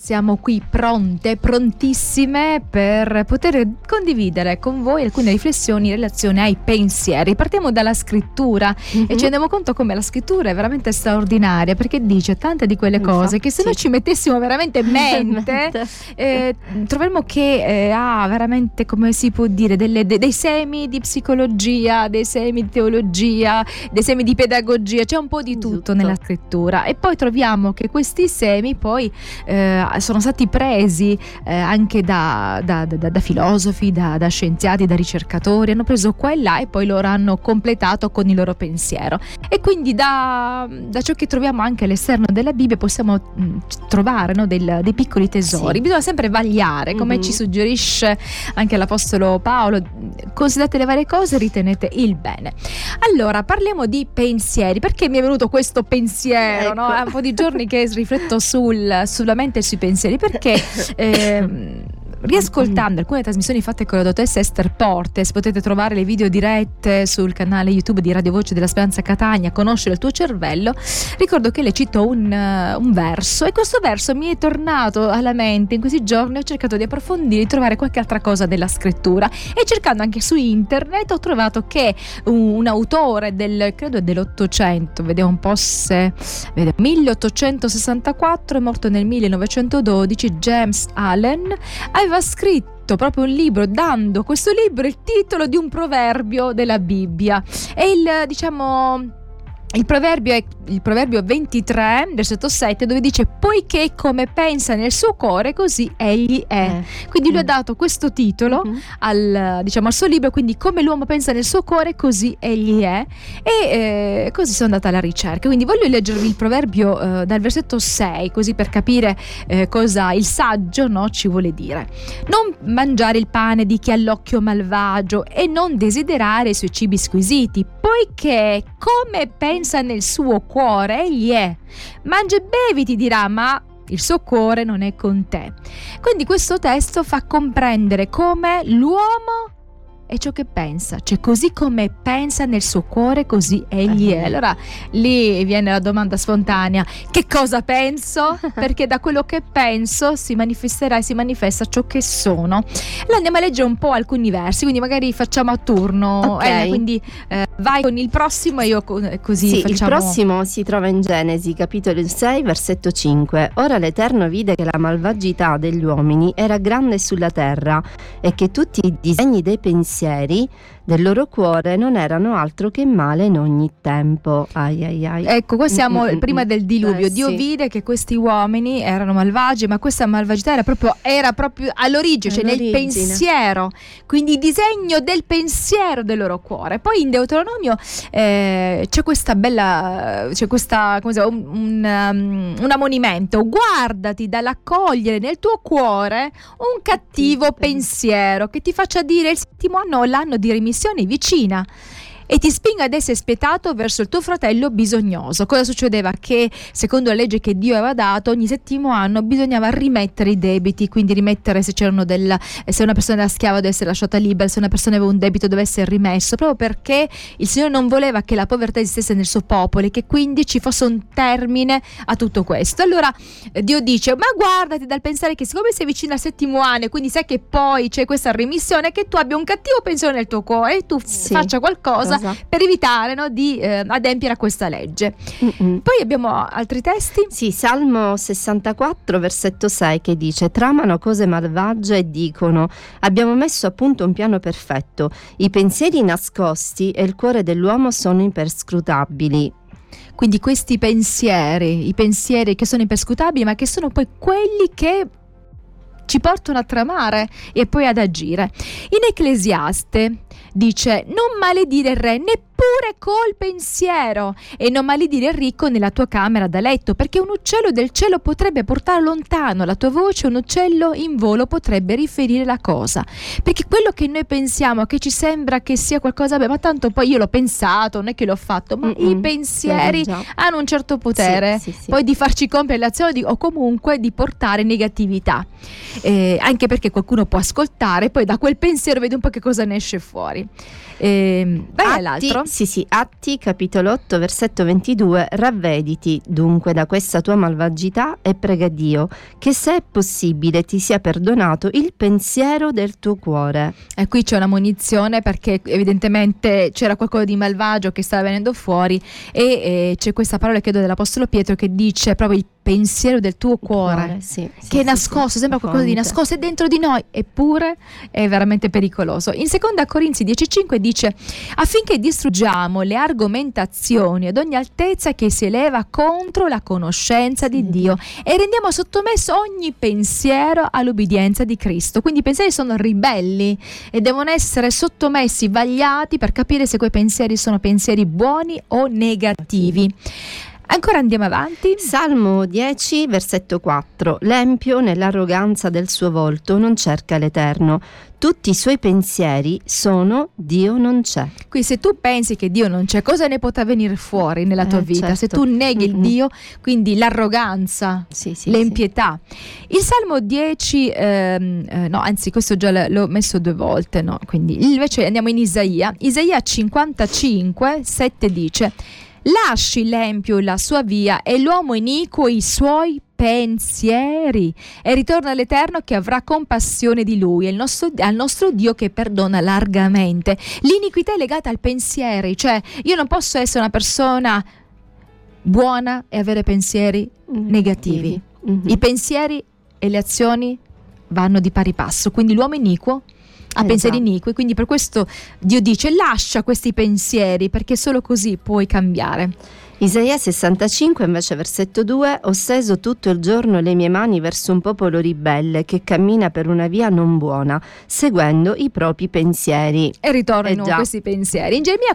siamo qui prontissime per poter condividere con voi alcune riflessioni in relazione ai pensieri. Partiamo dalla scrittura e ci rendiamo conto come la scrittura è veramente straordinaria, perché dice tante di quelle cose che se noi ci mettessimo veramente in mente troveremo che ha veramente, come si può dire, dei semi di psicologia, dei semi di teologia, dei semi di pedagogia, c'è un po' di tutto nella scrittura. E poi troviamo che questi semi poi sono stati presi anche da filosofi, da scienziati, da ricercatori, hanno preso qua e là e poi loro hanno completato con il loro pensiero. E quindi da ciò che troviamo anche all'esterno della Bibbia possiamo trovare, no, dei piccoli tesori. Bisogna sempre vagliare, come ci suggerisce anche l'Apostolo Paolo: considerate le varie cose, ritenete il bene. Allora, parliamo di pensieri. Perché mi è venuto questo pensiero? No? È un po' di giorni che rifletto sulla mente e sui pensieri, perché riascoltando alcune trasmissioni fatte con la dottoressa Esther Portes, potete trovare le video dirette sul canale YouTube di Radio Voce della Speranza Catania, Conoscere il tuo cervello. Ricordo che le citò un verso, e questo verso mi è tornato alla mente in questi giorni. Ho cercato di approfondire, di trovare qualche altra cosa della scrittura, e cercando anche su internet ho trovato che un autore credo dell'800, vediamo un po' se 1864, è morto nel 1912, James Allen, aveva scritto proprio un libro, dando questo libro il titolo di un proverbio della Bibbia. E il proverbio è il proverbio 23, versetto 7, dove dice: poiché come pensa nel suo cuore così egli è. Quindi lui ha dato questo titolo al suo libro, quindi come l'uomo pensa nel suo cuore così egli è. E così sono andata alla ricerca. Quindi voglio leggervi il proverbio dal versetto 6, così per capire cosa il saggio, no, ci vuole dire. Non mangiare il pane di chi ha l'occhio malvagio e non desiderare i suoi cibi squisiti, poiché come pensa nel suo cuore egli è. Mangia e bevi, ti dirà, ma il suo cuore non è con te. Quindi questo testo fa comprendere come l'uomo è ciò che pensa, cioè così come pensa nel suo cuore così egli è. Allora lì viene la domanda spontanea: che cosa penso? Perché da quello che penso si manifesterà e si manifesta ciò che sono. Allora andiamo a leggere un po' alcuni versi, quindi magari facciamo a turno. Quindi vai con il prossimo e io così facciamo. Il prossimo si trova in Genesi capitolo 6 versetto 5. Ora l'Eterno vide che la malvagità degli uomini era grande sulla terra, e che tutti i disegni dei pensieri del loro cuore non erano altro che male in ogni tempo. Ecco, qua siamo prima del diluvio. Dio vide che questi uomini erano malvagi, ma questa malvagità era proprio all'origine, cioè nel pensiero, quindi il disegno del pensiero del loro cuore. Poi in Deuteronomio c'è questa bella, come si chiama, un ammonimento: guardati dall'accogliere nel tuo cuore un cattivo pensiero che ti faccia dire il settimo anno o l'anno di remissione vicina, e ti spinga ad essere spietato verso il tuo fratello bisognoso. Cosa succedeva? Che secondo la legge che Dio aveva dato, ogni settimo anno bisognava rimettere i debiti, quindi rimettere se una persona era schiava deve essere lasciata libera, se una persona aveva un debito deve essere rimesso, proprio perché il Signore non voleva che la povertà esistesse nel suo popolo e che quindi ci fosse un termine a tutto questo. Allora Dio dice: ma guardati dal pensare che siccome sei vicino al settimo anno e quindi sai che poi c'è questa remissione, che tu abbia un cattivo pensiero nel tuo cuore e tu faccia qualcosa per evitare, no, di adempiere a questa legge. Poi abbiamo altri testi. Sì, Salmo 64 versetto 6 che dice: tramano cose malvagie e dicono: abbiamo messo a punto un piano perfetto, i pensieri nascosti e il cuore dell'uomo sono imperscrutabili. Quindi questi pensieri, i pensieri che sono imperscrutabili, ma che sono poi quelli che ci portano a tramare e poi ad agire. In Ecclesiaste dice: non maledire il re neppure col pensiero, e non maledire il ricco nella tua camera da letto, perché un uccello del cielo potrebbe portare lontano la tua voce, un uccello in volo potrebbe riferire la cosa. Perché quello che noi pensiamo, che ci sembra che sia qualcosa, ma tanto poi io l'ho pensato, non è che l'ho fatto, ma i pensieri hanno un certo potere poi di farci compiere le azioni o comunque di portare negatività, anche perché qualcuno può ascoltare, poi da quel pensiero vede un po' che cosa ne esce fuori. fuori. Vai all'altro. Sì, Atti, capitolo 8, versetto 22. Ravvediti dunque da questa tua malvagità e prega Dio che, se è possibile, ti sia perdonato il pensiero del tuo cuore. E qui c'è una munizione, perché evidentemente c'era qualcosa di malvagio che stava venendo fuori, e c'è questa parola, credo, dell'Apostolo Pietro, che dice proprio il pensiero del tuo cuore, che è nascosto, sembra qualcosa di nascosto, è dentro di noi, eppure è veramente pericoloso. In 2 Corinzi 10,5 dice: affinché distruggiamo le argomentazioni ad ogni altezza che si eleva contro la conoscenza di Dio, e rendiamo sottomesso ogni pensiero all'obbedienza di Cristo. Quindi i pensieri sono ribelli e devono essere sottomessi, vagliati, per capire se quei pensieri sono pensieri buoni o negativi. Ancora andiamo avanti. Salmo 10, versetto 4. L'empio nell'arroganza del suo volto non cerca l'Eterno. Tutti i suoi pensieri sono Dio non c'è. Qui, se tu pensi che Dio non c'è, cosa ne potrà venire fuori nella tua vita? Certo. Se tu neghi il Dio, quindi l'arroganza, l'impietà. Il Salmo 10, no, anzi, questo già l'ho messo 2 volte, no? Quindi invece andiamo in Isaia 55, 7 dice: lasci l'empio la sua via e l'uomo iniquo i suoi pensieri, e ritorna all'Eterno che avrà compassione di lui, e al nostro Dio che perdona largamente. L'iniquità è legata al pensiero, cioè io non posso essere una persona buona e avere pensieri negativi. I pensieri e le azioni vanno di pari passo, quindi l'uomo iniquo ha pensieri iniqui, quindi per questo Dio dice: lascia questi pensieri, perché solo così puoi cambiare. Isaia 65, invece, versetto 2: ho steso tutto il giorno le mie mani verso un popolo ribelle che cammina per una via non buona, seguendo i propri pensieri. E ritornano questi pensieri. In Geremia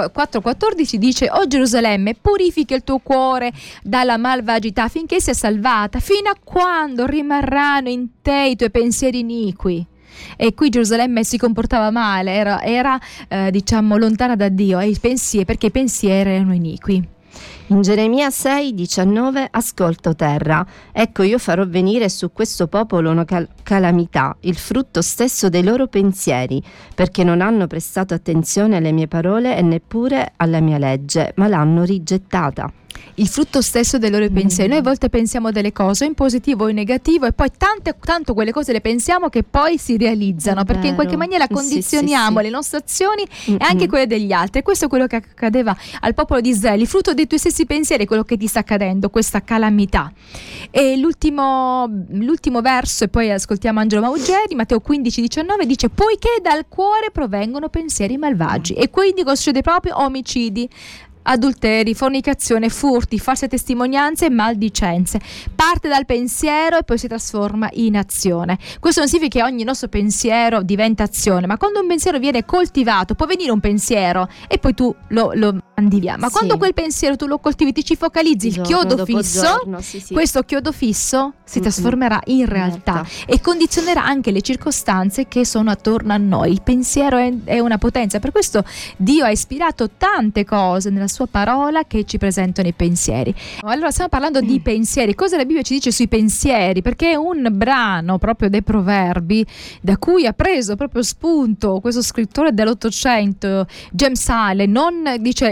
4,14 dice: o Gerusalemme, purifica il tuo cuore dalla malvagità affinché sia salvata. Fino a quando rimarranno in te i tuoi pensieri iniqui? E qui Gerusalemme si comportava male, era diciamo lontana da Dio, perché i pensieri erano iniqui. In Geremia 6,19: ascolta, o terra, ecco io farò venire su questo popolo una calamità, il frutto stesso dei loro pensieri, perché non hanno prestato attenzione alle mie parole e neppure alla mia legge, ma l'hanno rigettata. Il frutto stesso dei loro pensieri. Noi a volte pensiamo delle cose in positivo o in negativo, e poi tanto quelle cose le pensiamo che poi si realizzano, perché in qualche maniera condizioniamo le nostre azioni e anche quelle degli altri. E questo è quello che accadeva al popolo di Israele. Il frutto dei tuoi stessi pensieri è quello che ti sta accadendo, questa calamità. E l'ultimo verso, e poi ascoltiamo Angelo Maugeri, Matteo 15,19 dice: poiché dal cuore provengono pensieri malvagi. E quindi cosa succede proprio? Omicidi, adulteri, fornicazione, furti, false testimonianze e maldicenze. Parte dal pensiero e poi si trasforma in azione. Questo non significa che ogni nostro pensiero diventa azione, ma quando un pensiero viene coltivato, può venire un pensiero e poi tu lo mandi via, ma quando quel pensiero tu lo coltivi, ti ci focalizzi, il chiodo fisso, questo chiodo fisso si trasformerà in realtà e condizionerà anche le circostanze che sono attorno a noi. Il pensiero è una potenza, per questo Dio ha ispirato tante cose nella sua parola che ci presentano i pensieri. Allora stiamo parlando di pensieri. Cosa la Bibbia ci dice sui pensieri? Perché è un brano proprio dei Proverbi da cui ha preso proprio spunto questo scrittore dell'800, James Allen. Non dice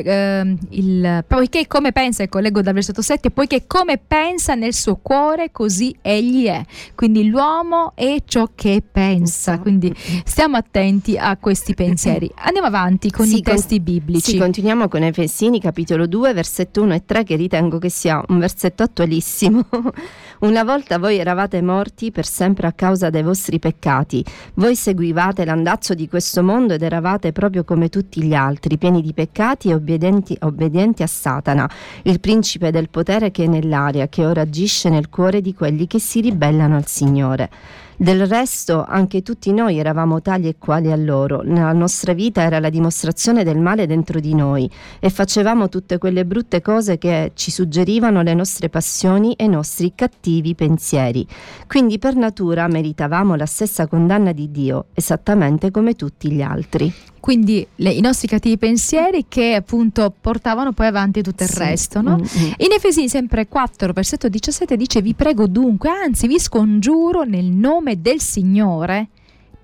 poiché come pensa, ecco, leggo dal versetto 7, poiché come pensa nel suo cuore così egli è. Quindi l'uomo è ciò che pensa, quindi stiamo attenti a questi pensieri. Andiamo avanti con i testi biblici. Sì, continuiamo con Efesini capitolo 2 versetto 1 e 3, che ritengo che sia un versetto attualissimo. Una volta voi eravate morti per sempre a causa dei vostri peccati. Voi seguivate l'andazzo di questo mondo ed eravate proprio come tutti gli altri, pieni di peccati e obbedienti a Satana, il principe del potere che è nell'aria, che ora agisce nel cuore di quelli che si ribellano al Signore. Del resto anche tutti noi eravamo tali e quali a loro. La nostra vita era la dimostrazione del male dentro di noi e facevamo tutte quelle brutte cose che ci suggerivano le nostre passioni e i nostri cattivi pensieri. Quindi per natura meritavamo la stessa condanna di Dio, esattamente come tutti gli altri. Quindi i nostri cattivi pensieri che appunto portavano poi avanti tutto il resto, no? In Efesini sempre 4 versetto 17 dice: vi prego dunque, anzi vi scongiuro nel nome del Signore,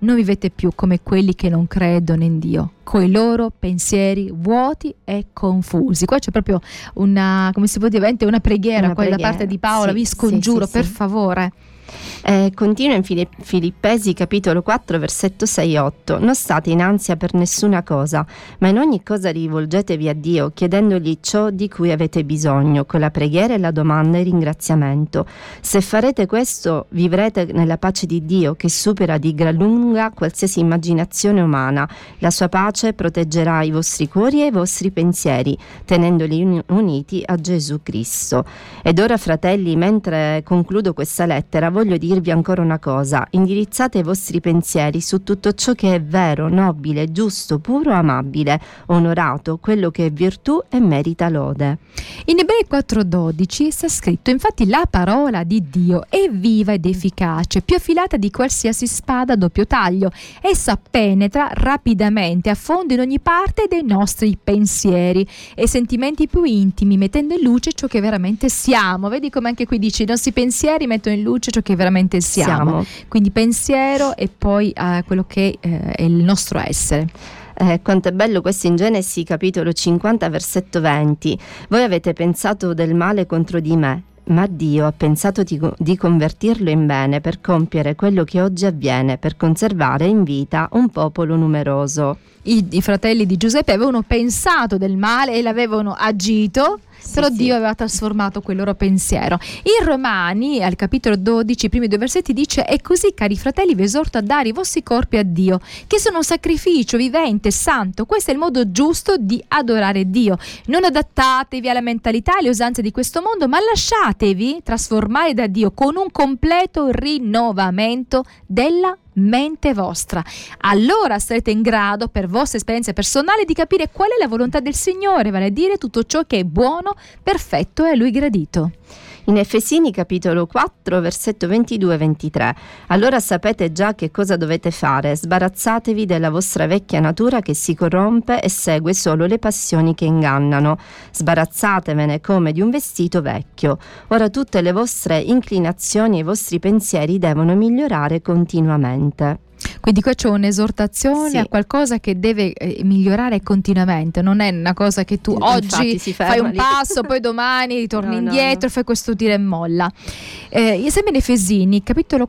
non vivete più come quelli che non credono in Dio, coi loro pensieri vuoti e confusi. Qua c'è proprio una, come si può dire, una preghiera da parte di Paolo. Vi scongiuro, per favore. Continua in Filippesi capitolo 4 versetto 6-8: non state in ansia per nessuna cosa, ma in ogni cosa rivolgetevi a Dio, chiedendogli ciò di cui avete bisogno, con la preghiera e la domanda e ringraziamento. Se farete questo, vivrete nella pace di Dio, che supera di gran lunga qualsiasi immaginazione umana. La sua pace proteggerà i vostri cuori e i vostri pensieri, tenendoli uniti a Gesù Cristo. Ed ora, fratelli, mentre concludo questa lettera, voglio dirvi ancora una cosa: indirizzate i vostri pensieri su tutto ciò che è vero, nobile, giusto, puro, amabile, onorato, quello che è virtù e merita lode. In Ebrei 4:12 sta scritto: infatti la parola di Dio è viva ed efficace, più affilata di qualsiasi spada a doppio taglio. Essa penetra rapidamente a fondo in ogni parte dei nostri pensieri e sentimenti più intimi, mettendo in luce ciò che veramente siamo. Vedi come anche qui dice: i nostri pensieri mettono in luce ciò che veramente siamo. Quindi pensiero e poi quello che è il nostro essere. Quanto è bello questo in Genesi capitolo 50 versetto 20: voi avete pensato del male contro di me, ma Dio ha pensato di convertirlo in bene per compiere quello che oggi avviene, per conservare in vita un popolo numeroso. I fratelli di Giuseppe avevano pensato del male e l'avevano agito, però Dio aveva trasformato quel loro pensiero. In Romani, al capitolo 12, i primi 2 versetti, dice: e così, cari fratelli, vi esorto a dare i vostri corpi a Dio, che sono un sacrificio vivente, santo. Questo è il modo giusto di adorare Dio. Non adattatevi alla mentalità e alle usanze di questo mondo, ma lasciatevi trasformare da Dio con un completo rinnovamento della mente vostra. Allora sarete in grado, per vostre esperienze personali, di capire qual è la volontà del Signore, vale a dire tutto ciò che è buono, perfetto e a Lui gradito. In Efesini capitolo 4 versetto 22-23: allora sapete già che cosa dovete fare, sbarazzatevi della vostra vecchia natura che si corrompe e segue solo le passioni che ingannano, sbarazzatevene come di un vestito vecchio. Ora tutte le vostre inclinazioni e i vostri pensieri devono migliorare continuamente. Quindi qua c'è un'esortazione a qualcosa che deve migliorare continuamente, non è una cosa che tu oggi fai un passo, poi domani ritorni indietro, fai questo tira e molla. Sempre in Efesini, capitolo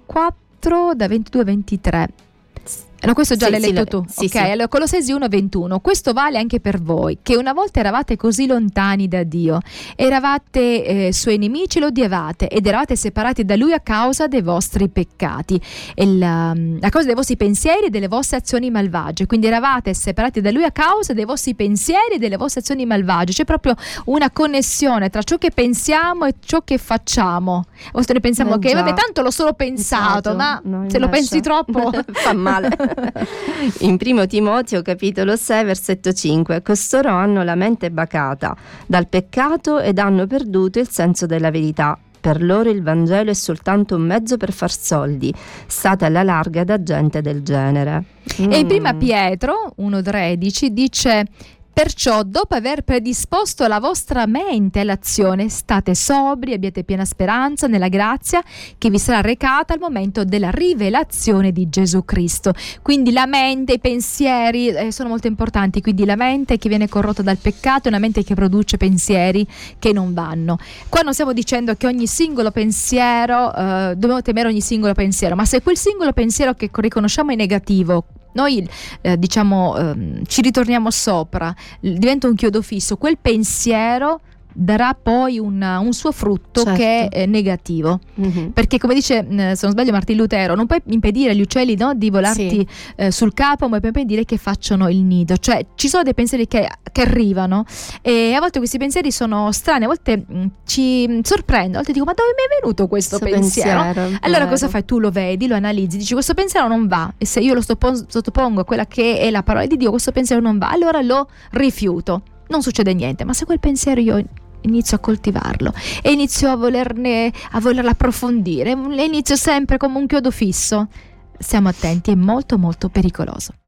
4, da 22-23. No, questo già l'hai letto tu. Ok, allora Colossesi 1:21. Questo vale anche per voi, che una volta eravate così lontani da Dio, eravate suoi nemici, lo odiavate ed eravate separati da Lui a causa dei vostri peccati, a causa dei vostri pensieri e delle vostre azioni malvagie. Quindi eravate separati da Lui a causa dei vostri pensieri e delle vostre azioni malvagie. C'è proprio una connessione tra ciò che pensiamo e ciò che facciamo. Noi pensiamo che vabbè, tanto l'ho solo pensato, ma se lo pensi troppo fa male. In primo Timoteo capitolo 6 versetto 5: costoro hanno la mente bacata dal peccato ed hanno perduto il senso della verità. Per loro il Vangelo è soltanto un mezzo per far soldi. State alla larga da gente del genere. E in prima Pietro 1:13 dice: perciò, dopo aver predisposto la vostra mente all'azione, state sobri, abbiate piena speranza nella grazia che vi sarà recata al momento della rivelazione di Gesù Cristo. Quindi la mente, i pensieri sono molto importanti. Quindi la mente che viene corrotta dal peccato è una mente che produce pensieri che non vanno. Qua non stiamo dicendo che ogni singolo pensiero, dobbiamo temere ogni singolo pensiero, ma se quel singolo pensiero che riconosciamo è negativo, noi ci ritorniamo sopra, diventa un chiodo fisso, quel pensiero darà poi un suo frutto, che è negativo, perché come dice, se non sbaglio, Martin Lutero, non puoi impedire agli uccelli di volarti sul capo, ma puoi impedire che facciano il nido. Cioè ci sono dei pensieri che arrivano e a volte questi pensieri sono strani, a volte ci sorprendono, a volte dico: ma dove mi è venuto questo pensiero? Allora cosa fai? Tu lo vedi, lo analizzi, dici: questo pensiero non va, e se io lo sottopongo a quella che è la parola di Dio, questo pensiero non va, allora lo rifiuto, non succede niente. Ma se quel pensiero io inizio a coltivarlo e inizio a volerlo approfondire, e inizio sempre come un chiodo fisso, stiamo attenti, è molto molto pericoloso.